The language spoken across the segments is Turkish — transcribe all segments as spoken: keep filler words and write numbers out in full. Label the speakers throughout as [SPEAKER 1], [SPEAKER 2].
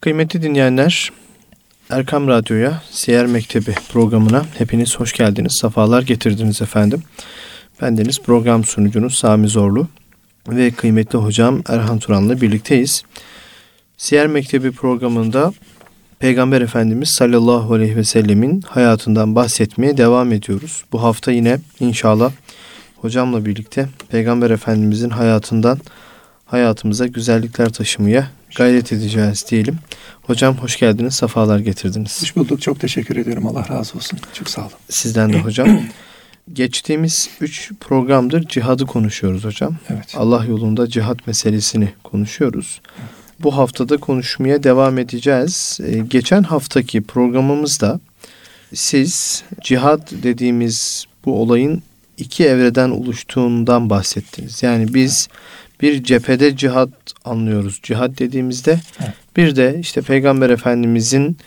[SPEAKER 1] Kıymetli dinleyenler, Erkam Radyo'ya, Siyer Mektebi programına hepiniz hoş geldiniz, sefalar getirdiniz efendim. Bendeniz program sunucunuz Sami Zorlu ve kıymetli hocam Erhan Turan'la birlikteyiz. Siyer Mektebi programında Peygamber Efendimiz sallallahu aleyhi ve sellemin hayatından bahsetmeye devam ediyoruz. Bu hafta yine inşallah hocamla birlikte Peygamber Efendimizin hayatından hayatımıza güzellikler taşımaya gayret edeceğiz diyelim. Hocam hoş geldiniz, sefalar getirdiniz.
[SPEAKER 2] Hoş bulduk, çok teşekkür ediyorum. Allah razı olsun. Çok sağ olun.
[SPEAKER 1] Sizden de hocam. Geçtiğimiz üç programdır cihadı konuşuyoruz hocam.
[SPEAKER 2] Evet.
[SPEAKER 1] Allah yolunda cihat meselesini konuşuyoruz. Evet. Bu haftada konuşmaya devam edeceğiz. Ee, geçen haftaki programımızda siz cihad dediğimiz bu olayın iki evreden oluştuğundan bahsettiniz. Yani biz bir cephede cihat anlıyoruz. Cihad dediğimizde evet. Bir de işte Peygamber Efendimizin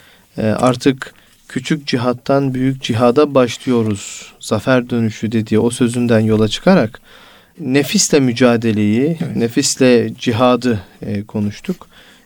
[SPEAKER 1] artık küçük cihattan büyük cihada başlıyoruz. Zafer dönüşü dediği o sözünden yola çıkarak nefisle mücadeleyi, evet. nefisle cihadı e, konuştuk.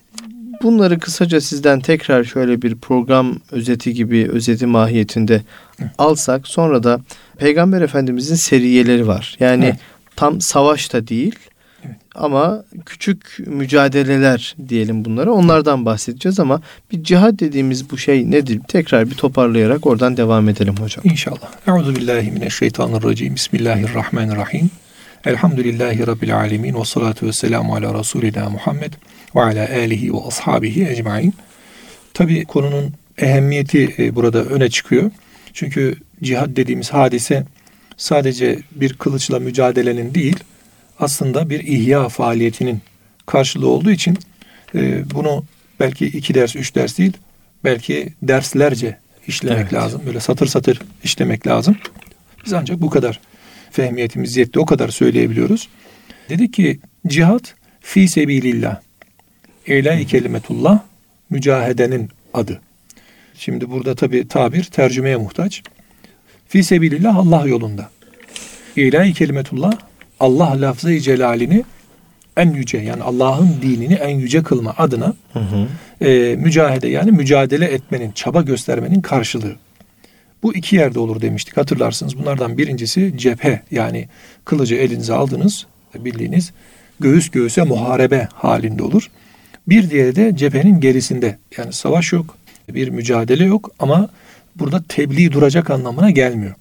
[SPEAKER 1] Bunları kısaca sizden tekrar şöyle bir program özeti gibi, özeti mahiyetinde evet. alsak, sonra da Peygamber Efendimizin seriyeleri var. Yani evet. tam savaş da değil evet. ama küçük mücadeleler diyelim bunlara. Onlardan bahsedeceğiz ama bir cihad dediğimiz bu şey nedir? Tekrar bir toparlayarak oradan devam edelim hocam.
[SPEAKER 2] İnşallah. Euzubillahimineşşeytanirracim. Bismillahirrahmanirrahim. Elhamdülillahi Rabbil alemin. Ve salatu ve selamu ala Resulina Muhammed ve ala alihi ve ashabihi ecmain. Tabi konunun ehemmiyeti burada öne çıkıyor. Çünkü cihad dediğimiz hadise sadece bir kılıçla mücadelenin değil, aslında bir ihya faaliyetinin karşılığı olduğu için bunu belki iki ders, üç ders değil, belki derslerce işlemek evet. lazım. Böyle satır satır işlemek lazım. Biz ancak bu kadar fehmiyetimiz yetti, o kadar söyleyebiliyoruz. Dedi ki cihat fi sebilillah, İlâ-i kelimetullah, mücahedenin adı. Şimdi burada tabi tabir tercümeye muhtaç. Fi sebilillah, Allah yolunda. İlâ-i kelimetullah, Allah lafzı-i celalini en yüce, yani Allah'ın dinini en yüce kılma adına hı hı. E, mücahede, yani mücadele etmenin, çaba göstermenin karşılığı. Bu iki yerde olur demiştik, hatırlarsınız. Bunlardan birincisi cephe, yani kılıcı elinize aldınız, bildiğiniz göğüs göğüse muharebe halinde olur. Bir diğeri de cephenin gerisinde, yani savaş yok, bir mücadele yok ama burada tebliğ duracak anlamına gelmiyor.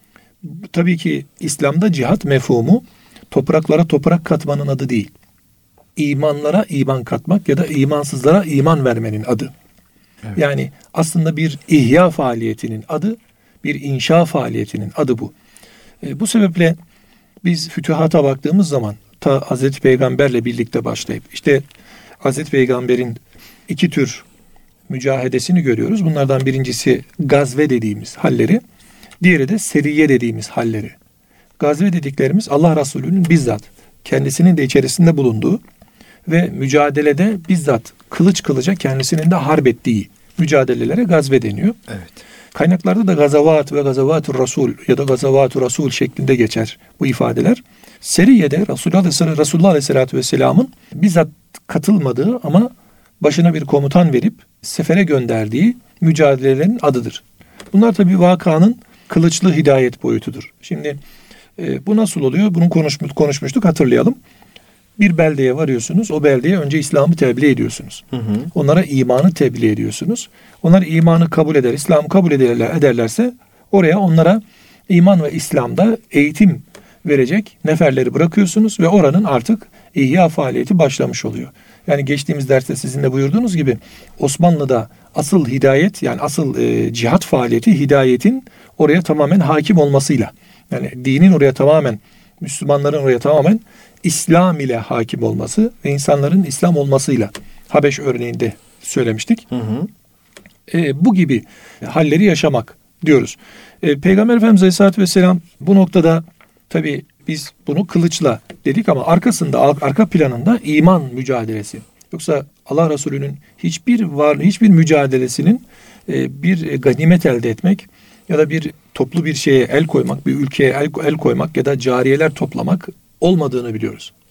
[SPEAKER 2] Tabii ki İslam'da cihat mefhumu topraklara toprak katmanın adı değil. İmanlara iman katmak ya da imansızlara iman vermenin adı. Evet. Yani aslında bir ihya faaliyetinin adı, bir inşa faaliyetinin adı bu. E, bu sebeple biz fütühata baktığımız zaman ta Hazreti Peygamberle birlikte başlayıp işte Hazreti Peygamber'in iki tür mücahedesini görüyoruz. Bunlardan birincisi gazve dediğimiz halleri, diğeri de seriye dediğimiz halleri. Gazve dediklerimiz Allah Resulü'nün bizzat kendisinin de içerisinde bulunduğu ve mücadelede bizzat kılıç kılıca kendisinin de harp ettiği mücadelelere gazve deniyor.
[SPEAKER 1] Evet.
[SPEAKER 2] Kaynaklarda da gazavat ve gazavatur Rasul ya da gazavatur Rasul şeklinde geçer bu ifadeler. Seriye'de Resulullah, Resulullah Aleyhisselatü Vesselam'ın bizzat katılmadığı ama başına bir komutan verip sefere gönderdiği mücadelelerin adıdır. Bunlar tabii vakanın kılıçlı hidayet boyutudur. Şimdi e, bu nasıl oluyor? Bunu konuşmuş, konuşmuştuk, hatırlayalım. Bir beldeye varıyorsunuz. O beldeye önce İslam'ı tebliğ ediyorsunuz. Hı hı. Onlara imanı tebliğ ediyorsunuz. Onlar imanı kabul eder, İslam'ı kabul ederler, ederlerse oraya onlara iman ve İslam'da eğitim verecek neferleri bırakıyorsunuz ve oranın artık ihya faaliyeti başlamış oluyor. Yani geçtiğimiz derste sizin de buyurduğunuz gibi Osmanlı'da asıl hidayet, yani asıl e, cihat faaliyeti hidayetin oraya tamamen hakim olmasıyla, yani dinin oraya tamamen, Müslümanların oraya tamamen İslam ile hakim olması ve insanların İslam olmasıyla, Habeş örneğinde söylemiştik. Hı hı. E, bu gibi halleri yaşamak diyoruz. E, Peygamber Efendimiz Aleyhisselatü Vesselam bu noktada tabii biz bunu kılıçla dedik ama arkasında, arka planında iman mücadelesi. Yoksa Allah Resulü'nün hiçbir var, hiçbir mücadelesinin e, bir ganimet elde etmek ya da bir toplu bir şeye el koymak, bir ülkeye el, el koymak ya da cariyeler toplamak olmadığını biliyoruz.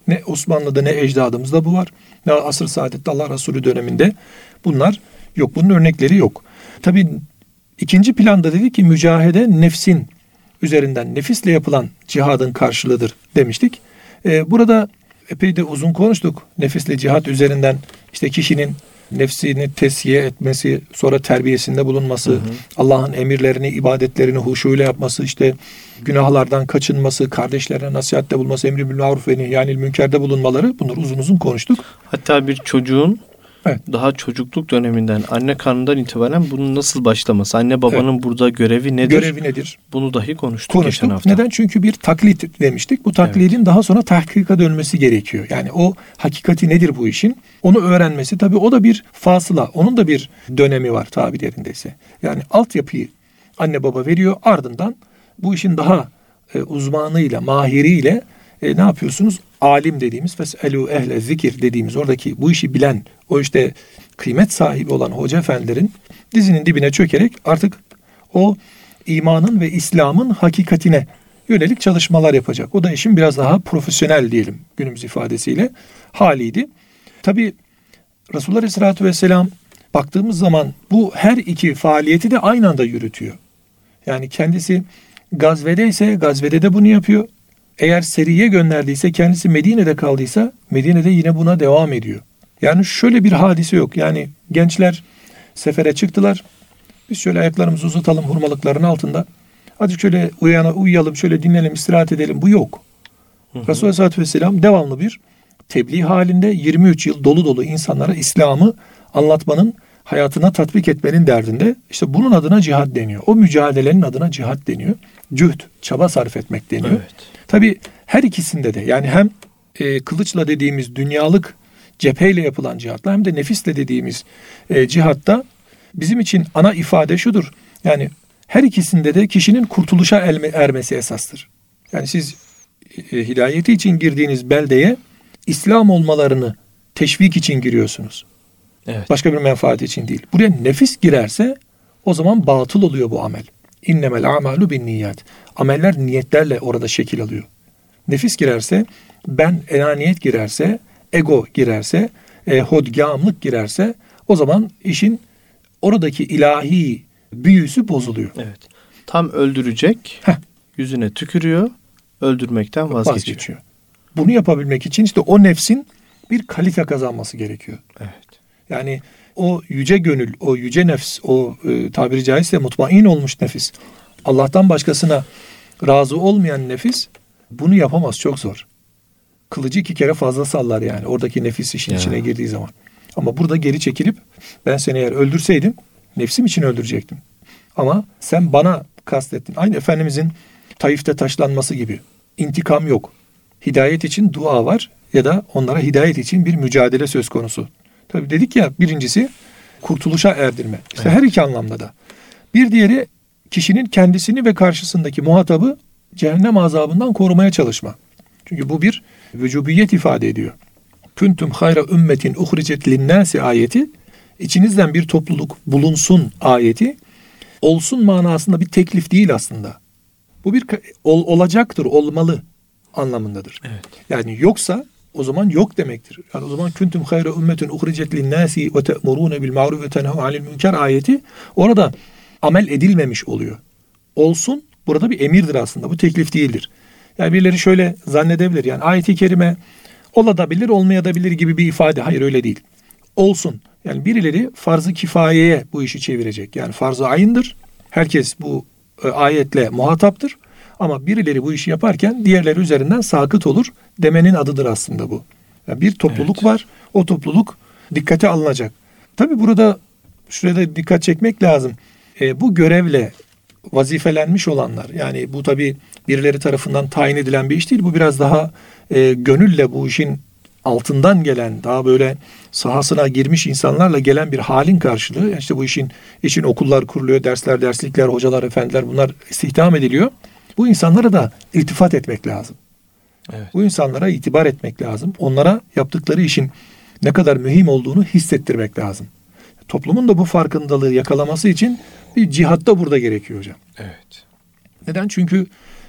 [SPEAKER 2] Ne Osmanlı'da ne ecdadımızda bu var. Ne asr-ı saadette Allah Resulü döneminde bunlar yok. Bunun örnekleri yok. Tabii ikinci planda dedi ki mücahede nefsin üzerinden, nefisle yapılan cihadın karşılığıdır demiştik. Ee, burada epey de uzun konuştuk. Nefisle cihat üzerinden işte kişinin nefsini tesyiye etmesi, sonra terbiyesinde bulunması, hı hı. Allah'ın emirlerini, ibadetlerini huşuyla yapması, işte günahlardan kaçınması, kardeşlerine nasihatte bulunması, emri bil maruf ve nehyanil münkerde bulunmaları, bunları uzun uzun konuştuk.
[SPEAKER 1] Hatta bir çocuğun evet. daha çocukluk döneminden, anne karnından itibaren bunun nasıl başlaması, anne babanın evet. burada görevi nedir?
[SPEAKER 2] Görevi nedir?
[SPEAKER 1] Bunu dahi konuştuk,
[SPEAKER 2] konuştuk.
[SPEAKER 1] geçen hafta.
[SPEAKER 2] Neden? Çünkü bir taklit demiştik. Bu taklidin evet. daha sonra tahkika dönmesi gerekiyor. Yani o hakikati nedir bu işin? Onu öğrenmesi, tabii o da bir fasıla. Onun da bir dönemi var tabirlerindeyse. Yani altyapıyı anne baba veriyor. Ardından bu işin daha e, uzmanıyla, mahiriyle e, ne yapıyorsunuz? Alim dediğimiz, fes'elû ehle zikir dediğimiz, oradaki bu işi bilen, o işte kıymet sahibi olan hoca efendilerin dizinin dibine çökerek artık o imanın ve İslam'ın hakikatine yönelik çalışmalar yapacak. O da işin biraz daha profesyonel diyelim günümüz ifadesiyle haliydi. Tabii Resulullah Aleyhisselatü Vesselam baktığımız zaman bu her iki faaliyeti de aynı anda yürütüyor. Yani kendisi gazvede ise gazvede de bunu yapıyor. Eğer seriye gönderdiyse, kendisi Medine'de kaldıysa Medine'de yine buna devam ediyor. Yani şöyle bir hadise yok. Yani gençler sefere çıktılar. Biz şöyle ayaklarımızı uzatalım hurmalıkların altında. Hadi şöyle uyana, uyuyalım, şöyle dinlenelim, istirahat edelim. Bu yok. Hı hı. Resulullah Aleyhisselatü Vesselam devamlı bir tebliğ halinde yirmi üç yıl dolu dolu insanlara İslam'ı anlatmanın, hayatına tatbik etmenin derdinde. İşte bunun adına cihad deniyor. O mücadelenin adına cihad deniyor. Cühd, çaba sarf etmek deniyor. Evet. Tabii her ikisinde de, yani hem e, kılıçla dediğimiz dünyalık cepheyle yapılan cihatla hem de nefisle dediğimiz e, cihatta bizim için ana ifade şudur. Yani her ikisinde de kişinin kurtuluşa ermesi esastır. Yani siz e, hidayeti için girdiğiniz beldeye İslam olmalarını teşvik için giriyorsunuz. Evet. Başka bir menfaat için değil. Buraya nefis girerse o zaman batıl oluyor bu amel. İnnemel a'malu bin niyat. Ameller niyetlerle orada şekil alıyor. Nefis girerse, ben enaniyet girerse, ego girerse, e, hodgâmlık girerse o zaman işin oradaki ilahi büyüsü bozuluyor.
[SPEAKER 1] Evet. Tam öldürecek, Heh. yüzüne tükürüyor, öldürmekten vazgeçiyor. vazgeçiyor.
[SPEAKER 2] Bunu yapabilmek için işte o nefsin bir kalite kazanması gerekiyor.
[SPEAKER 1] Evet.
[SPEAKER 2] Yani o yüce gönül, o yüce nefs, o e, tabiri caizse mutmain olmuş nefis, Allah'tan başkasına razı olmayan nefis bunu yapamaz, çok zor. Kılıcı iki kere fazla sallar yani oradaki nefis işin ya. içine girdiği zaman. Ama burada geri çekilip ben seni eğer öldürseydim nefsim için öldürecektim. Ama sen bana kastettin. Aynı Efendimizin Taif'te taşlanması gibi. İntikam yok. Hidayet için dua var ya da onlara hidayet için bir mücadele söz konusu. Tabii dedik ya, birincisi kurtuluşa erdirme. İşte evet. her iki anlamda da. Bir diğeri kişinin kendisini ve karşısındaki muhatabı cehennem azabından korumaya çalışma. Çünkü bu bir vücubiyet ifade ediyor. Kuntum hayra ümmetin uhricet linnâsi ayeti, içinizden bir topluluk bulunsun ayeti, olsun manasında bir teklif değil aslında. Bu bir ol, olacaktır, olmalı anlamındadır.
[SPEAKER 1] Evet.
[SPEAKER 2] Yani yoksa o zaman yok demektir. Yani o zaman kuntum hayra ümmetin uhricet linnâsi ve te'murûne bil ma'ruf ve tenhû anil münker ayeti orada amel edilmemiş oluyor. Olsun burada bir emirdir aslında. Bu teklif değildir. Yani birileri şöyle zannedebilir. Yani ayet-i kerime olabilir, olmayabilir gibi bir ifade. Hayır, öyle değil. Olsun. Yani birileri farz-ı kifayeye bu işi çevirecek. Yani farz-ı ayındır. Herkes bu e, ayetle muhataptır. Ama birileri bu işi yaparken diğerleri üzerinden sakıt olur demenin adıdır aslında bu. Yani bir topluluk evet. var. O topluluk dikkate alınacak. Tabii burada şurada dikkat çekmek lazım. E, bu görevle vazifelenmiş olanlar, yani bu tabii birileri tarafından tayin edilen bir iş değil. Bu biraz daha e, gönülle bu işin altından gelen, daha böyle sahasına girmiş insanlarla gelen bir halin karşılığı. İşte bu işin için okullar kuruluyor, dersler, derslikler, hocalar, efendiler bunlar istihdam ediliyor. Bu insanlara da iltifat etmek lazım. Evet. Bu insanlara itibar etmek lazım. Onlara yaptıkları işin ne kadar mühim olduğunu hissettirmek lazım. Toplumun da bu farkındalığı yakalaması için bir cihat da burada gerekiyor hocam.
[SPEAKER 1] Evet.
[SPEAKER 2] Neden? Çünkü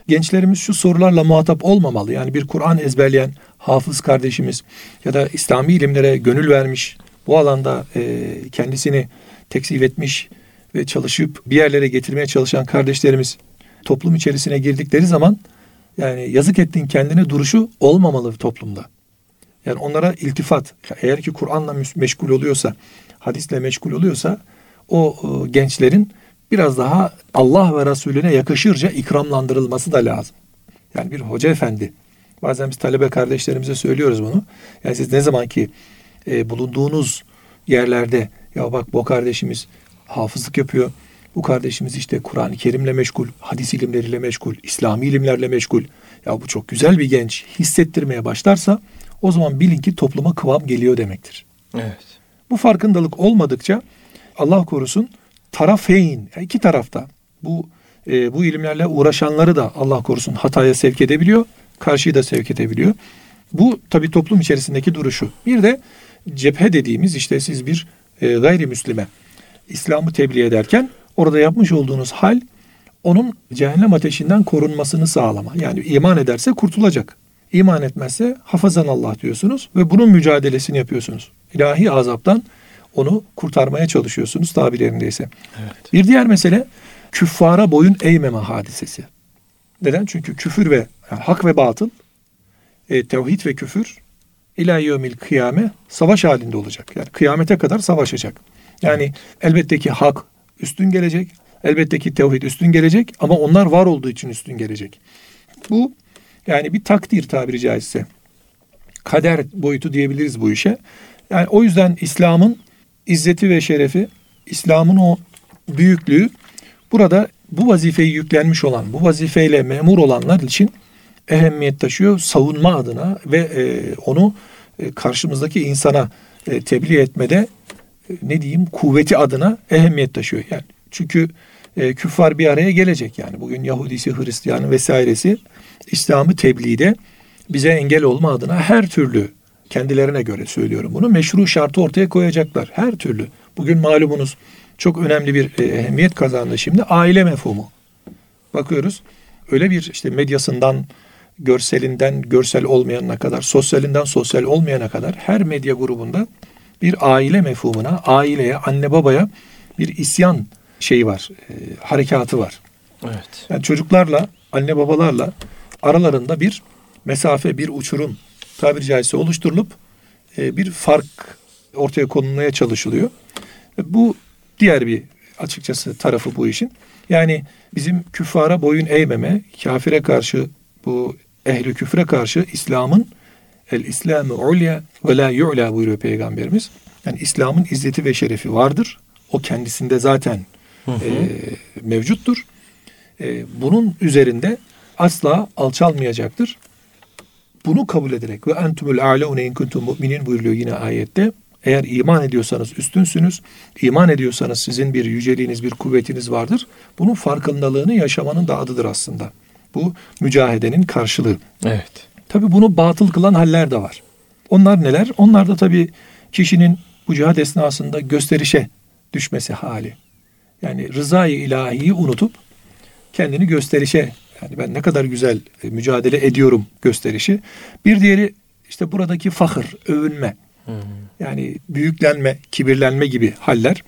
[SPEAKER 2] gençlerimiz şu sorularla muhatap olmamalı. Yani bir Kur'an ezberleyen hafız kardeşimiz ya da İslami ilimlere gönül vermiş, bu alanda e, kendisini teksif etmiş ve çalışıp bir yerlere getirmeye çalışan kardeşlerimiz toplum içerisine girdikleri zaman yani yazık ettiğin kendine duruşu olmamalı toplumda. Yani onlara iltifat, eğer ki Kur'an'la meşgul oluyorsa, hadisle meşgul oluyorsa o, o gençlerin biraz daha Allah ve Resulüne yakışırca ikramlandırılması da lazım. Yani bir hoca efendi, bazen biz talebe kardeşlerimize söylüyoruz bunu. Yani siz ne zaman ki e, bulunduğunuz yerlerde ya bak bu kardeşimiz hafızlık yapıyor, bu kardeşimiz işte Kur'an-ı Kerim'le meşgul, hadis ilimleriyle meşgul, İslami ilimlerle meşgul, ya bu çok güzel bir genç hissettirmeye başlarsa o zaman bilin ki topluma kıvam geliyor demektir.
[SPEAKER 1] Evet.
[SPEAKER 2] Bu farkındalık olmadıkça Allah korusun tarafeyn, iki tarafta bu e, bu ilimlerle uğraşanları da Allah korusun hataya sevk edebiliyor, karşıyı da sevk edebiliyor. Bu tabii toplum içerisindeki duruşu. Bir de cephe dediğimiz işte siz bir e, gayrimüslime İslam'ı tebliğ ederken orada yapmış olduğunuz hal onun cehennem ateşinden korunmasını sağlama. Yani iman ederse kurtulacak. İman etmezse hafazan Allah diyorsunuz ve bunun mücadelesini yapıyorsunuz. İlahi azaptan onu kurtarmaya çalışıyorsunuz tabirlerindeyse.
[SPEAKER 1] Evet.
[SPEAKER 2] Bir diğer mesele küffara boyun eğmeme hadisesi. Neden? Çünkü küfür ve yani hak ve batıl, e, tevhid ve küfür İlâ yevmil kıyame savaş halinde olacak. Yani kıyamete kadar savaşacak. Yani evet. Elbette ki hak üstün gelecek. Elbette ki tevhid üstün gelecek. Ama onlar var olduğu için üstün gelecek. Bu yani bir takdir tabiri caizse. Kader boyutu diyebiliriz bu işe. Yani o yüzden İslam'ın izzeti ve şerefi, İslam'ın o büyüklüğü burada bu vazifeyi yüklenmiş olan, bu vazifeyle memur olanlar için ehemmiyet taşıyor. Savunma adına ve e, onu e, karşımızdaki insana e, tebliğ etmede e, ne diyeyim kuvveti adına ehemmiyet taşıyor. Yani çünkü e, küffar bir araya gelecek yani. Bugün Yahudisi, Hristiyanı vesairesi İslam'ı tebliğde bize engel olma adına her türlü kendilerine göre söylüyorum bunu meşru şartı ortaya koyacaklar. Her türlü. Bugün malumunuz çok önemli bir e, ehemmiyet kazandı şimdi aile mefhumu. Bakıyoruz öyle bir işte medyasından görselinden görsel olmayanına kadar, sosyalinden sosyal olmayana kadar her medya grubunda bir aile mefhumuna, aileye, anne babaya bir isyan şeyi var, e, harekatı var.
[SPEAKER 1] Evet.
[SPEAKER 2] Yani çocuklarla, anne babalarla aralarında bir mesafe, bir uçurum tabiri caizse oluşturulup e, bir fark ortaya konulmaya çalışılıyor. E, bu diğer bir açıkçası tarafı bu işin. Yani bizim küffara boyun eğmeme, kafire karşı bu ehli küfre karşı İslam'ın el İslamu ulya ve la yu'la buyuruyor Peygamberimiz. Yani İslam'ın izzeti ve şerefi vardır. O kendisinde zaten hı hı. E, mevcuttur. E, bunun üzerinde asla alçalmayacaktır. Bunu kabul ederek ve entumul a'leune in kuntum mu'minin buyuruyor yine ayette. Eğer iman ediyorsanız üstünsünüz. İman ediyorsanız sizin bir yüceliğiniz, bir kuvvetiniz vardır. Bunun farkındalığını yaşamanın da adıdır aslında. Bu mücahedenin karşılığı.
[SPEAKER 1] Evet.
[SPEAKER 2] Tabii bunu batıl kılan haller de var. Onlar neler? Onlar da tabii kişinin bu cihad esnasında gösterişe düşmesi hali. Yani rızayı ilahiyi unutup kendini gösterişe, yani ben ne kadar güzel mücadele ediyorum gösterişi. Bir diğeri işte buradaki fahır, övünme. Hmm. Yani büyüklenme, kibirlenme gibi haller.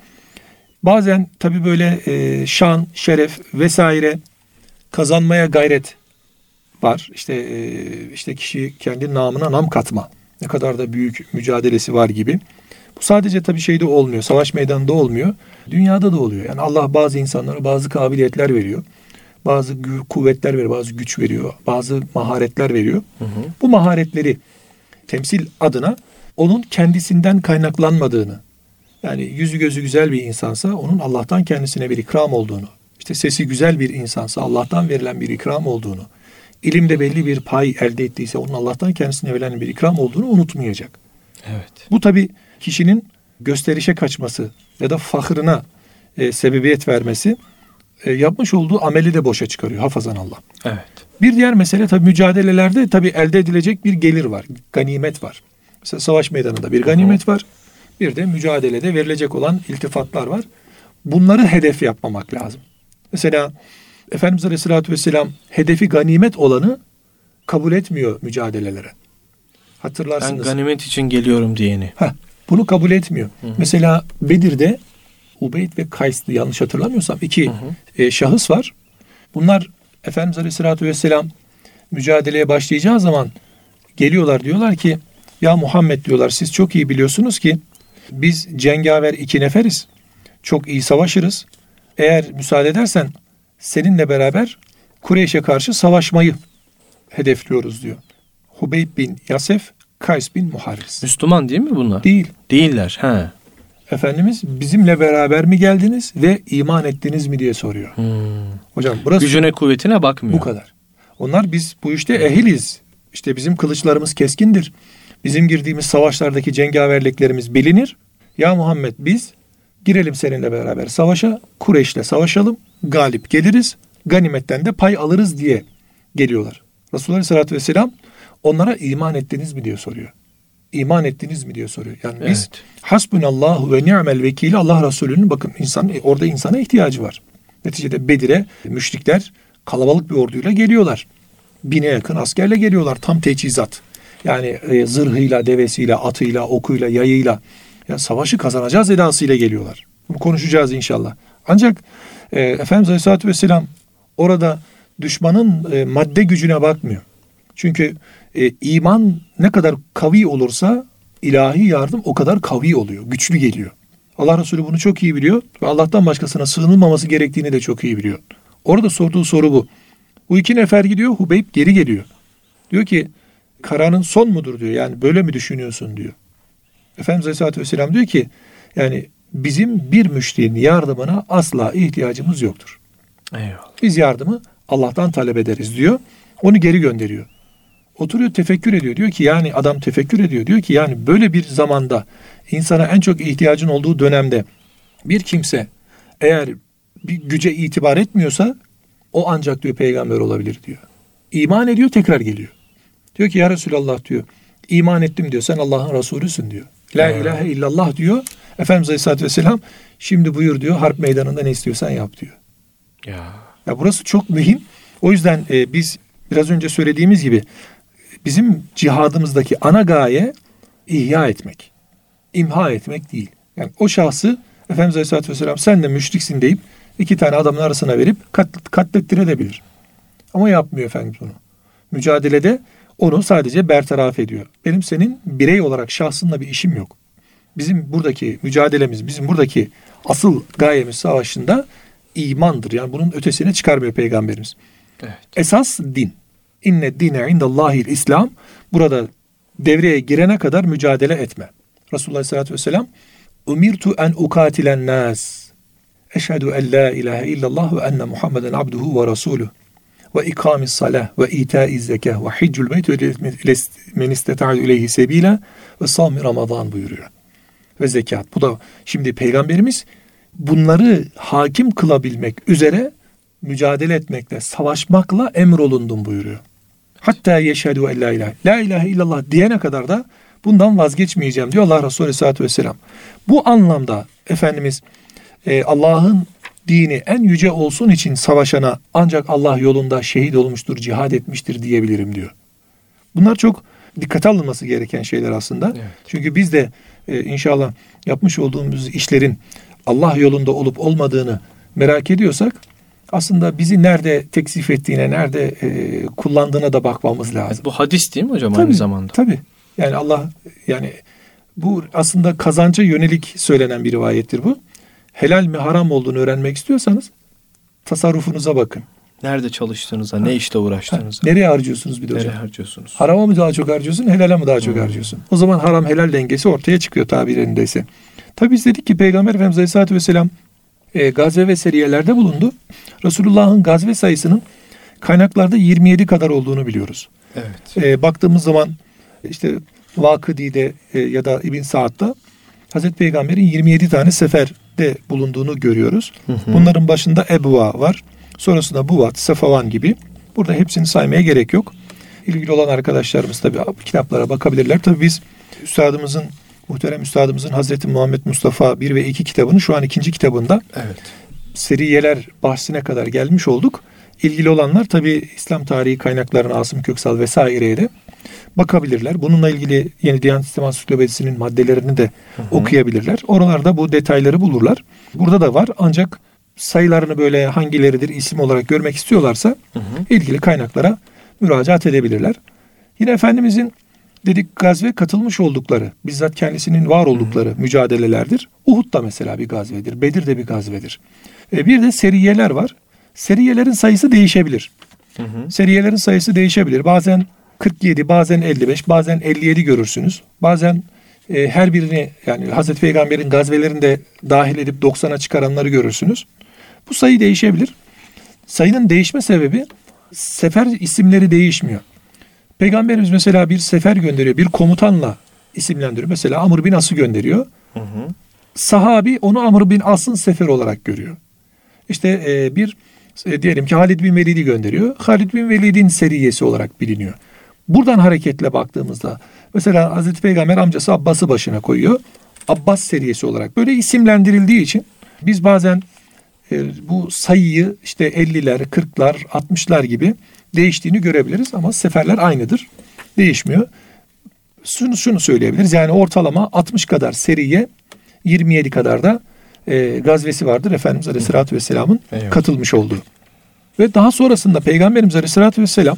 [SPEAKER 2] Bazen tabii böyle e, şan, şeref vesaire kazanmaya gayret var. İşte e, işte kişi kendi namına nam katma. Ne kadar da büyük mücadelesi var gibi. Bu sadece tabii şeyde olmuyor. Savaş meydanında olmuyor. Dünyada da oluyor. Yani Allah bazı insanlara bazı kabiliyetler veriyor. Bazı gü- kuvvetler veriyor, bazı güç veriyor, bazı maharetler veriyor. Hı hı. Bu maharetleri temsil adına onun kendisinden kaynaklanmadığını, yani yüzü gözü güzel bir insansa onun Allah'tan kendisine bir ikram olduğunu, işte sesi güzel bir insansa Allah'tan verilen bir ikram olduğunu, ilimde belli bir pay elde ettiyse onun Allah'tan kendisine verilen bir ikram olduğunu unutmayacak.
[SPEAKER 1] Evet.
[SPEAKER 2] Bu tabii kişinin gösterişe kaçması ya da fahrına e, sebebiyet vermesi e, yapmış olduğu ameli de boşa çıkarıyor hafazan Allah.
[SPEAKER 1] Evet.
[SPEAKER 2] Bir diğer mesele tabii mücadelelerde tabii elde edilecek bir gelir var, ganimet var. Mesela savaş meydanında bir ganimet var. Bir de mücadelede verilecek olan iltifatlar var. Bunları hedef yapmamak lazım. Mesela Efendimiz Aleyhisselatü Vesselam hedefi ganimet olanı kabul etmiyor mücadelelere. Hatırlarsınız.
[SPEAKER 1] Ben ganimet için geliyorum diyeni.
[SPEAKER 2] Heh, bunu kabul etmiyor.
[SPEAKER 1] Hı hı.
[SPEAKER 2] Mesela Bedir'de Ubeyd ve Kays'tı yanlış hatırlamıyorsam iki hı hı. E, şahıs var. Bunlar Efendimiz Aleyhisselatü Vesselam mücadeleye başlayacağı zaman geliyorlar, diyorlar ki ya Muhammed diyorlar, siz çok iyi biliyorsunuz ki biz cengaver iki neferiz. Çok iyi savaşırız. Eğer müsaade edersen seninle beraber Kureyş'e karşı savaşmayı hedefliyoruz diyor. Hubeyb bin Yasef, Kays bin Muharris.
[SPEAKER 1] Müslüman değil mi bunlar?
[SPEAKER 2] Değil.
[SPEAKER 1] Değiller. He.
[SPEAKER 2] Efendimiz bizimle beraber mi geldiniz ve iman ettiniz mi diye soruyor.
[SPEAKER 1] Hmm.
[SPEAKER 2] Hocam burası
[SPEAKER 1] gücüne kuvvetine bakmıyor.
[SPEAKER 2] Bu kadar. Onlar biz bu işte ehiliz. İşte bizim kılıçlarımız keskindir. Bizim girdiğimiz savaşlardaki cengaverliklerimiz bilinir. Ya Muhammed biz girelim seninle beraber savaşa. Kureyş'le savaşalım. Galip geliriz. Ganimetten de pay alırız diye geliyorlar. Resulullah Aleyhisselatü Vesselam onlara iman ettiniz mi diye soruyor. İman ettiniz mi diye soruyor. Yani biz
[SPEAKER 1] Evet.
[SPEAKER 2] hasbunallahu ve ni'mel vekili, Allah Resulü'nün bakın insan orada insana ihtiyacı var. Neticede Bedir'e müşrikler kalabalık bir orduyla geliyorlar. Bine yakın askerle geliyorlar. Tam teçhizat. Yani e, zırhıyla, devesiyle, atıyla, okuyla, yayıyla. Ya savaşı kazanacağız edasıyla geliyorlar. Bunu konuşacağız inşallah. Ancak e, Efendimiz Aleyhisselatü Vesselam orada düşmanın e, madde gücüne bakmıyor. Çünkü e, iman ne kadar kavi olursa ilahi yardım o kadar kavi oluyor, güçlü geliyor. Allah Resulü bunu çok iyi biliyor ve Allah'tan başkasına sığınılmaması gerektiğini de çok iyi biliyor. Orada sorduğu soru bu. Bu iki nefer gidiyor, Hubeyb geri geliyor. Diyor ki kararın son mudur diyor. Yani böyle mi düşünüyorsun diyor. Efendimiz Aleyhisselatü Vesselam diyor ki yani bizim bir müşriğin yardımına asla ihtiyacımız yoktur.
[SPEAKER 1] Eyvallah.
[SPEAKER 2] Biz yardımı Allah'tan talep ederiz diyor. Onu geri gönderiyor. Oturuyor tefekkür ediyor. Diyor ki yani adam tefekkür ediyor. Diyor ki yani böyle bir zamanda insana en çok ihtiyacın olduğu dönemde bir kimse eğer bir güce itibar etmiyorsa o ancak diyor peygamber olabilir diyor. İman ediyor, tekrar geliyor. Diyor ki ya Resulallah diyor, iman ettim diyor, sen Allah'ın Resulüsün diyor. La
[SPEAKER 1] evet.
[SPEAKER 2] ilahe illallah diyor. Efendimiz Aleyhisselatü Vesselam şimdi buyur diyor, harp meydanında ne istiyorsan yap diyor.
[SPEAKER 1] Ya.
[SPEAKER 2] Ya burası çok mühim. O yüzden e, biz biraz önce söylediğimiz gibi bizim cihadımızdaki ana gaye ihya etmek, imha etmek değil. Yani o şahsı Efendimiz Aleyhisselatü Vesselam sen de müşriksin deyip iki tane adamın arasına verip kat, katlettirebilir. Ama yapmıyor Efendimiz bunu. Mücadelede onu sadece bertaraf ediyor. Benim senin birey olarak şahsınla bir işim yok. Bizim buradaki mücadelemiz, bizim buradaki asıl gayemiz savaşında imandır. Yani bunun ötesine çıkarmıyor Peygamberimiz.
[SPEAKER 1] Evet.
[SPEAKER 2] Esas din. İnne dine indallahil İslam. Burada devreye girene kadar mücadele etme. Resulullah Aleyhisselatü Vesselam umirtu en ukatilen nas. Eşhedü en la ilahe illallah ve enne Muhammeden abduhu ve rasuluh. Ve ikamis salah ve itaiz zekah ve hiccül beyt ve men isteta'u ileyhi sebila ve savmi Ramazan buyuruyor. Ve zekat. Bu da şimdi Peygamberimiz bunları hakim kılabilmek üzere mücadele etmekle, savaşmakla emrolundum buyuruyor. Hatta yeşhedü en la ilahe. La ilahe illallah diyene kadar da bundan vazgeçmeyeceğim diyor Allah Resulü Aleyhisselatü Vesselam. Bu anlamda Efendimiz e, Allah'ın dini en yüce olsun için savaşana ancak Allah yolunda şehit olmuştur, cihad etmiştir diyebilirim diyor. Bunlar çok dikkate alınması gereken şeyler aslında.
[SPEAKER 1] Evet.
[SPEAKER 2] Çünkü biz de e, inşallah yapmış olduğumuz işlerin Allah yolunda olup olmadığını merak ediyorsak aslında bizi nerede teksif ettiğine, nerede e, kullandığına da bakmamız lazım.
[SPEAKER 1] Evet, bu hadis değil mi hocam
[SPEAKER 2] tabii,
[SPEAKER 1] aynı zamanda?
[SPEAKER 2] Tabii. Yani Allah yani bu aslında kazanca yönelik söylenen bir rivayettir bu. Helal mi haram olduğunu öğrenmek istiyorsanız tasarrufunuza bakın.
[SPEAKER 1] Nerede çalıştığınıza,
[SPEAKER 2] ha.
[SPEAKER 1] ne işte uğraştığınıza.
[SPEAKER 2] Ha. Nereye harcıyorsunuz bir de hocam?
[SPEAKER 1] Nereye harcıyorsunuz?
[SPEAKER 2] Harama mı daha çok harcıyorsun, helale mi daha çok hmm. harcıyorsun? O zaman haram helal dengesi ortaya çıkıyor tabirlerindeyse. Tabii biz dedik ki Peygamber Efendimiz Aleyhisselatü Vesselam e, gazve ve seriyelerde bulundu. Resulullah'ın gazve sayısının kaynaklarda yirmi yedi kadar olduğunu biliyoruz.
[SPEAKER 1] Evet.
[SPEAKER 2] E, baktığımız zaman işte Vakıdi'de e, ya da İbn Sa'd'da Hazreti Peygamber'in yirmi yedi tane seferde bulunduğunu görüyoruz. Hı hı. Bunların başında Ebuva var. Sonrasında Buvat, Sefavan gibi. Burada hepsini saymaya gerek yok. İlgili olan arkadaşlarımız tabii kitaplara bakabilirler. Tabii biz üstadımızın, muhterem üstadımızın Hazreti Muhammed Mustafa bir ve iki kitabını şu an ikinci kitabında
[SPEAKER 1] evet.
[SPEAKER 2] seriyeler bahsine kadar gelmiş olduk. ilgili olanlar tabi İslam tarihi kaynaklarına, Asım Köksal vesaireye de bakabilirler. Bununla ilgili Yeni Diyanet İslam Ansiklopedisi'nin maddelerini de hı hı. okuyabilirler. Oralarda bu detayları bulurlar. Burada da var, ancak sayılarını böyle hangileridir isim olarak görmek istiyorlarsa hı hı. ilgili kaynaklara müracaat edebilirler. Yine Efendimizin dedik gazve katılmış oldukları, bizzat kendisinin var oldukları hı hı. mücadelelerdir. Uhud da mesela bir gazvedir. Bedir de bir gazvedir. E bir de seriyeler var. Seriyelerin sayısı değişebilir. Hı hı. Seriyelerin sayısı değişebilir. Bazen kırk yedi, bazen elli beş, bazen elli yedi görürsünüz. Bazen e, her birini, yani Hazreti Peygamber'in gazvelerinde dahil edip doksana çıkaranları görürsünüz. Bu sayı değişebilir. Sayının değişme sebebi, sefer isimleri değişmiyor. Peygamberimiz mesela bir sefer gönderiyor, bir komutanla isimlendiriyor. Mesela Amr bin As'ı gönderiyor. Hı hı. Sahabi onu Amr bin As'ın seferi olarak görüyor. İşte e, bir e, diyelim ki Halid bin Velid'i gönderiyor. Halid bin Velid'in seriyesi olarak biliniyor. Buradan hareketle baktığımızda mesela Hazreti Peygamber amcası Abbas'ı başına koyuyor. Abbas seriyesi olarak böyle isimlendirildiği için biz bazen e, bu sayıyı işte elliler, kırklar, altmışlar gibi değiştiğini görebiliriz ama seferler aynıdır. Değişmiyor. Şunu, şunu söyleyebiliriz. Yani ortalama altmış kadar seriye, yirmi yedi kadar da e, gazvesi vardır Efendimiz Aleyhisselatü Vesselam'ın evet. katılmış olduğu. Ve daha sonrasında Peygamberimiz Aleyhisselatü Vesselam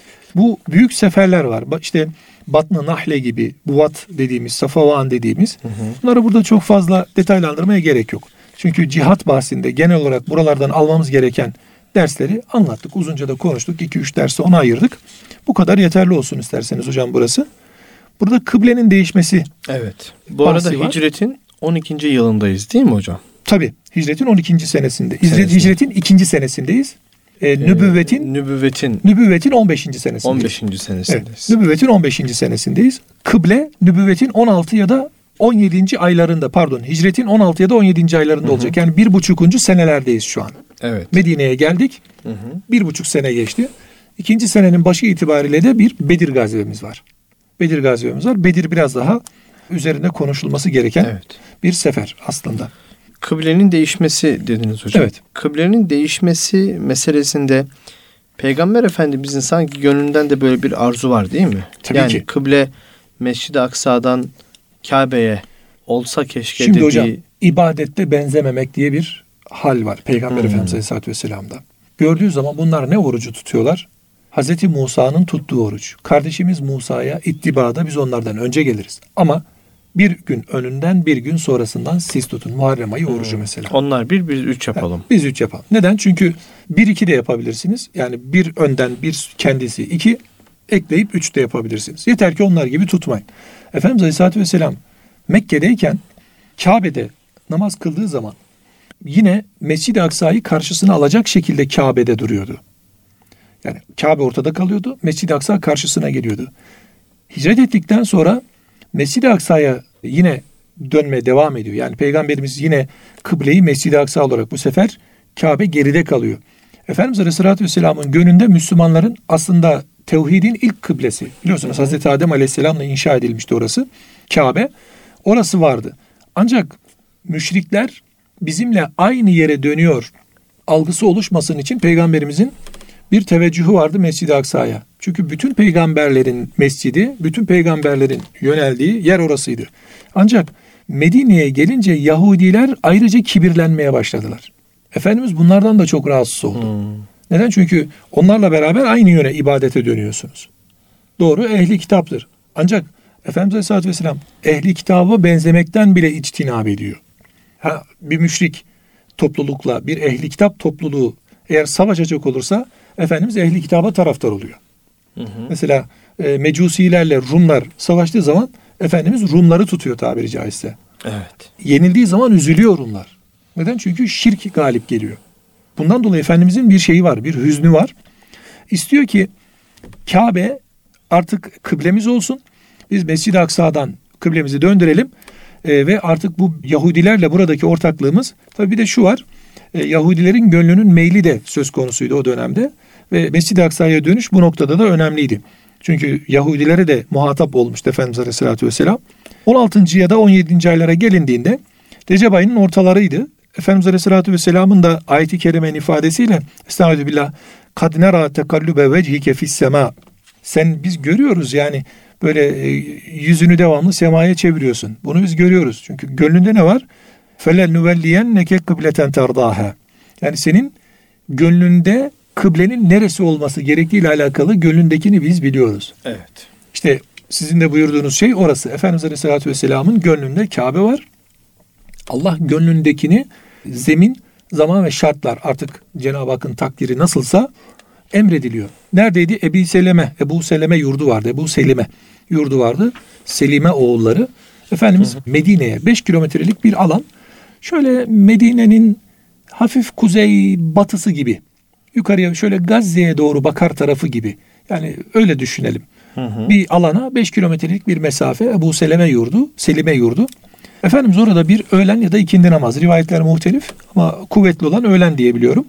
[SPEAKER 2] bu büyük seferler var. İşte Batn-ı Nahle gibi, Buvat dediğimiz, Safavan dediğimiz. Hı hı. Bunları burada çok fazla detaylandırmaya gerek yok. Çünkü cihat bahsinde genel olarak buralardan almamız gereken dersleri anlattık. Uzunca da konuştuk. iki üç dersi ona ayırdık. Bu kadar yeterli olsun isterseniz hocam burası. Burada kıblenin değişmesi.
[SPEAKER 1] Evet. Bu arada hicretin on ikinci yılındayız değil mi hocam?
[SPEAKER 2] Tabii. Hicretin on ikinci senesinde. Hicret, hicretin ikinci senesindeyiz. E, nübüvvetin,
[SPEAKER 1] nübüvvetin
[SPEAKER 2] nübüvvetin on beşinci senesindeyiz.
[SPEAKER 1] on beşinci senesindeyiz.
[SPEAKER 2] Evet, nübüvvetin on beşinci senesindeyiz. Kıble nübüvvetin on altı ya da on yedinci aylarında, pardon, hicretin on altı ya da on yedinci aylarında hı hı. olacak. Yani bir buçukuncu senelerdeyiz şu an.
[SPEAKER 1] Evet.
[SPEAKER 2] Medine'ye geldik. Hı hı. Bir buçuk sene geçti. İkinci senenin başı itibariyle de bir Bedir gazvemiz var. Bedir gazvemiz var. Bedir biraz daha üzerinde konuşulması gereken evet. bir sefer aslında.
[SPEAKER 1] Kıblenin değişmesi dediniz hocam.
[SPEAKER 2] Evet.
[SPEAKER 1] Kıblenin değişmesi meselesinde Peygamber Efendimizin sanki gönlünden de böyle bir arzu var değil mi?
[SPEAKER 2] Tabii
[SPEAKER 1] yani
[SPEAKER 2] ki.
[SPEAKER 1] Kıble Mescid-i Aksa'dan Kabe'ye olsa keşke
[SPEAKER 2] Şimdi
[SPEAKER 1] dediği...
[SPEAKER 2] hocam ibadette benzememek diye bir hal var Peygamber hmm. Efendimiz Aleyhisselatü Vesselam'da. Gördüğü zaman bunlar ne orucu tutuyorlar? Hazreti Musa'nın tuttuğu oruç. Kardeşimiz Musa'ya ittibada biz onlardan önce geliriz. Ama bir gün önünden bir gün sonrasından siz tutun. Muharrem ayı orucu hmm. mesela.
[SPEAKER 1] Onlar bir, biz üç yapalım.
[SPEAKER 2] Ha, biz üç yapalım. Neden? Çünkü bir iki de yapabilirsiniz. Yani bir önden bir kendisi iki ekleyip üç de yapabilirsiniz. Yeter ki onlar gibi tutmayın. Efendimiz Aleyhisselatü Vesselam Mekke'deyken Kabe'de namaz kıldığı zaman yine Mescid-i Aksa'yı karşısına alacak şekilde Kabe'de duruyordu. Yani Kabe ortada kalıyordu. Mescid-i Aksa karşısına geliyordu. Hicret ettikten sonra Mescid-i Aksa'ya yine dönmeye devam ediyor. Yani Peygamberimiz yine kıbleyi Mescid-i Aksa olarak bu sefer Kabe geride kalıyor. Efendimiz Aleyhisselatü Vesselam'ın gönlünde Müslümanların aslında tevhidin ilk kıblesi. Biliyorsunuz hı hı. Hazreti Adem Aleyhisselam'la inşa edilmişti orası. Kabe. Orası vardı. Ancak müşrikler bizimle aynı yere dönüyor algısı oluşmasın için Peygamberimizin bir teveccühü vardı Mescid-i Aksa'ya. Çünkü bütün peygamberlerin mescidi, bütün peygamberlerin yöneldiği yer orasıydı. Ancak Medine'ye gelince Yahudiler ayrıca kibirlenmeye başladılar. Efendimiz bunlardan da çok rahatsız oldu. Hmm. Neden? Çünkü onlarla beraber aynı yöne ibadete dönüyorsunuz. Doğru, ehli kitaptır. Ancak Efendimiz Aleyhisselatü Vesselam ehli kitaba benzemekten bile içtinab ediyor. Ha, bir müşrik toplulukla bir ehli kitap topluluğu eğer savaşacak olursa Efendimiz ehli kitaba taraftar oluyor. Hı hı. Mesela e, Mecusilerle Rumlar savaştığı zaman Efendimiz Rumları tutuyor tabiri caizse.
[SPEAKER 1] Evet.
[SPEAKER 2] Yenildiği zaman üzülüyor Rumlar. Neden? Çünkü şirk galip geliyor. Bundan dolayı Efendimizin bir şeyi var, bir hüznü var. İstiyor ki Kabe artık kıblemiz olsun. Biz Mescid-i Aksa'dan kıblemizi döndürelim. E, ve artık bu Yahudilerle buradaki ortaklığımız, tabii bir de şu var. E, Yahudilerin gönlünün meyli de söz konusuydu o dönemde. Ve Mescid-i Aksa'ya dönüş bu noktada da önemliydi. Çünkü Yahudilere de muhatap olmuştu Efendimiz Aleyhisselatü Vesselam. on altıncı ya da on yedinci aylara gelindiğinde Recep ayının ortalarıydı. Efendimiz Aleyhisselatü Vesselam'ın da ayet-i kerimenin ifadesiyle Estağfirullah kad nera tekallube vechike fis sema. Sen biz görüyoruz yani böyle yüzünü devamlı semaya çeviriyorsun. Bunu biz görüyoruz. Çünkü gönlünde ne var? Felel nuvelliyenneke kıbleten terdaha. Yani senin gönlünde kıblenin neresi olması gerektiğiyle alakalı gönlündekini biz biliyoruz.
[SPEAKER 1] Evet.
[SPEAKER 2] İşte sizin de buyurduğunuz şey orası. Efendimiz Aleyhisselatü Vesselam'ın gönlünde Kabe var. Allah gönlündekini zemin, zaman ve şartlar artık Cenab-ı Hakk'ın takdiri nasılsa emrediliyor. Neredeydi? Ebu Seleme, Ebu Seleme yurdu vardı. Ebu Selime yurdu vardı. Selime oğulları. Efendimiz hı hı. Medine'ye beş kilometrelik bir alan. Şöyle Medine'nin hafif kuzey batısı gibi. Yukarıya şöyle Gazze'ye doğru bakar tarafı gibi. Yani öyle düşünelim. Hı hı. Bir alana beş kilometrelik bir mesafe Ebu Seleme yurdu, Selime yurdu. Efendimiz orada bir öğlen ya da ikindi namazı. Rivayetler muhtelif ama kuvvetli olan öğlen diye biliyorum.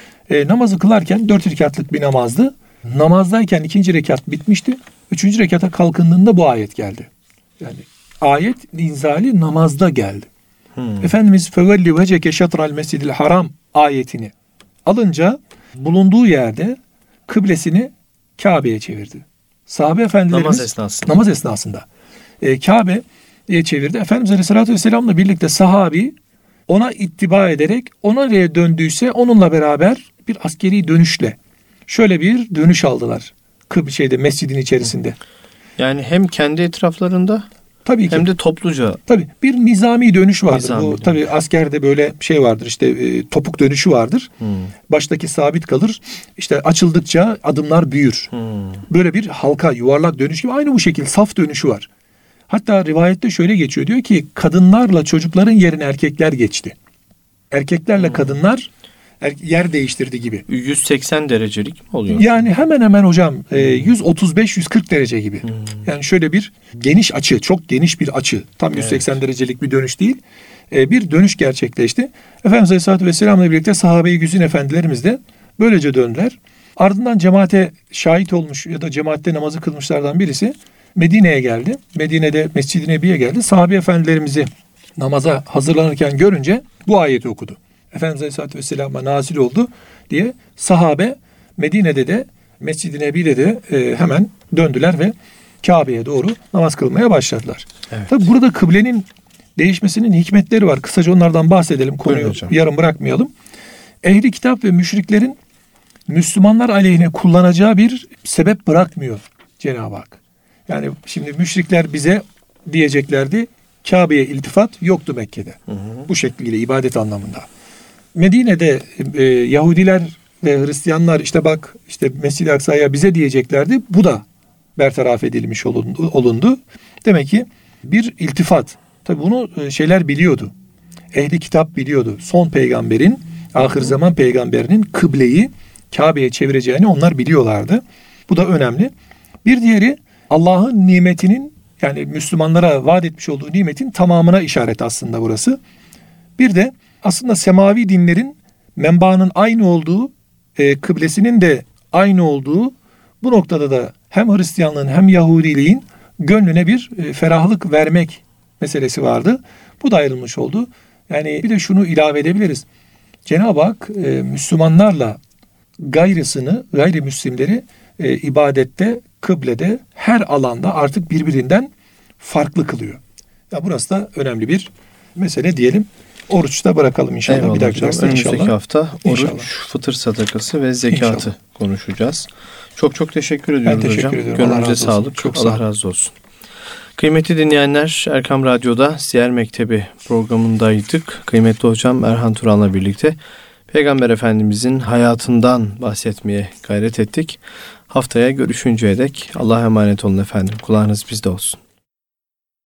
[SPEAKER 2] E, namazı kılarken dört rekatlık bir namazdı. Namazdayken ikinci rekat bitmişti. Üçüncü rekata kalkındığında bu ayet geldi. Yani ayet inzali namazda geldi. Hmm. Efendimiz fevelli veceke şatral mescidil haram ayetini alınca bulunduğu yerde kıblesini Kabe'ye çevirdi. Sahabe efendilerimiz
[SPEAKER 1] namaz esnasında.
[SPEAKER 2] Namaz esnasında. E, Kabe'ye çevirdi. Efendimiz Aleyhisselatü Vesselam'la birlikte sahabi ona ittiba ederek ona nereye döndüyse onunla beraber bir askeri dönüşle şöyle bir dönüş aldılar. Kıble şeyde mescidin içerisinde.
[SPEAKER 1] Yani hem kendi etraflarında
[SPEAKER 2] tabii ki.
[SPEAKER 1] Hem de topluca.
[SPEAKER 2] Tabii bir nizami dönüş vardır.
[SPEAKER 1] Nizami
[SPEAKER 2] Bu
[SPEAKER 1] dönüş.
[SPEAKER 2] Tabii askerde böyle şey vardır. İşte e, topuk dönüşü vardır. Hmm. Baştaki sabit kalır. İşte açıldıkça adımlar büyür. Hmm. Böyle bir halka, yuvarlak dönüş gibi aynı bu şekilde saf dönüşü var. Hatta rivayette şöyle geçiyor. Diyor ki kadınlarla çocukların yerine erkekler geçti. Erkeklerle hmm. kadınlar yer değiştirdi gibi.
[SPEAKER 1] yüz seksen derecelik mi oluyor?
[SPEAKER 2] Yani hemen hemen hocam hmm. yüz otuz beş yüz kırk derece gibi. Hmm. Yani şöyle bir geniş açı, çok geniş bir açı. Tam yüz seksen evet. derecelik bir dönüş değil. Bir dönüş gerçekleşti. Efendimiz Aleyhisselatü Vesselam'la birlikte sahabe-i güzin efendilerimiz de böylece döndüler. Ardından cemaate şahit olmuş ya da cemaatte namazı kılmışlardan birisi Medine'ye geldi. Medine'de Mescid-i Nebi'ye geldi. Sahabe efendilerimizi namaza hazırlanırken görünce bu ayeti okudu. Efendimiz Aleyhisselatü Vesselam'a nazil oldu diye sahabe Medine'de de Mescid-i Nebi'de de e, hemen döndüler ve Kabe'ye doğru namaz kılmaya başladılar. Evet. Tabi burada kıblenin değişmesinin hikmetleri var. Kısaca onlardan bahsedelim. Konuyu yarım bırakmayalım. Ehli kitap ve müşriklerin Müslümanlar aleyhine kullanacağı bir sebep bırakmıyor Cenab-ı Hak. Yani şimdi müşrikler bize diyeceklerdi Kabe'ye iltifat yoktu Mekke'de. Hı hı. Bu şekliyle ibadet anlamında. Medine'de e, Yahudiler ve Hristiyanlar işte bak işte Mescid-i Aksa'ya bize diyeceklerdi. Bu da bertaraf edilmiş olundu. olundu. Demek ki bir iltifat. Tabi bunu şeyler biliyordu. Ehli kitap biliyordu. Son peygamberin, ahir zaman peygamberinin kıbleyi Kabe'ye çevireceğini onlar biliyorlardı. Bu da önemli. Bir diğeri Allah'ın nimetinin yani Müslümanlara vaat etmiş olduğu nimetin tamamına işaret aslında burası. Bir de aslında semavi dinlerin menbaının aynı olduğu, e, kıblesinin de aynı olduğu bu noktada da hem Hristiyanlığın hem Yahudiliğin gönlüne bir e, ferahlık vermek meselesi vardı. Bu da ayrılmış oldu. Yani bir de şunu ilave edebiliriz. Cenab-ı Hak e, Müslümanlarla gayrısını, gayrimüslimleri e, ibadette, kıblede, her alanda artık birbirinden farklı kılıyor. Ya burası da önemli bir mesele diyelim. Oruçta bırakalım inşallah.
[SPEAKER 1] Eyvallah
[SPEAKER 2] bir dahaki
[SPEAKER 1] hocam. Önümüzdeki
[SPEAKER 2] inşallah.
[SPEAKER 1] hafta oruç,
[SPEAKER 2] İnşallah.
[SPEAKER 1] fıtır sadakası ve zekatı inşallah. konuşacağız. Çok çok teşekkür ediyoruz
[SPEAKER 2] ben teşekkür
[SPEAKER 1] hocam.
[SPEAKER 2] Ediyorum.
[SPEAKER 1] Gönlünüze sağlık.
[SPEAKER 2] Çok
[SPEAKER 1] Allah razı olsun. Kıymetli dinleyenler, Erkam Radyo'da Siyer Mektebi programındaydık. Kıymetli hocam Erhan Turan'la birlikte Peygamber Efendimizin hayatından bahsetmeye gayret ettik. Haftaya görüşünceye dek Allah'a emanet olun efendim. Kulağınız bizde olsun.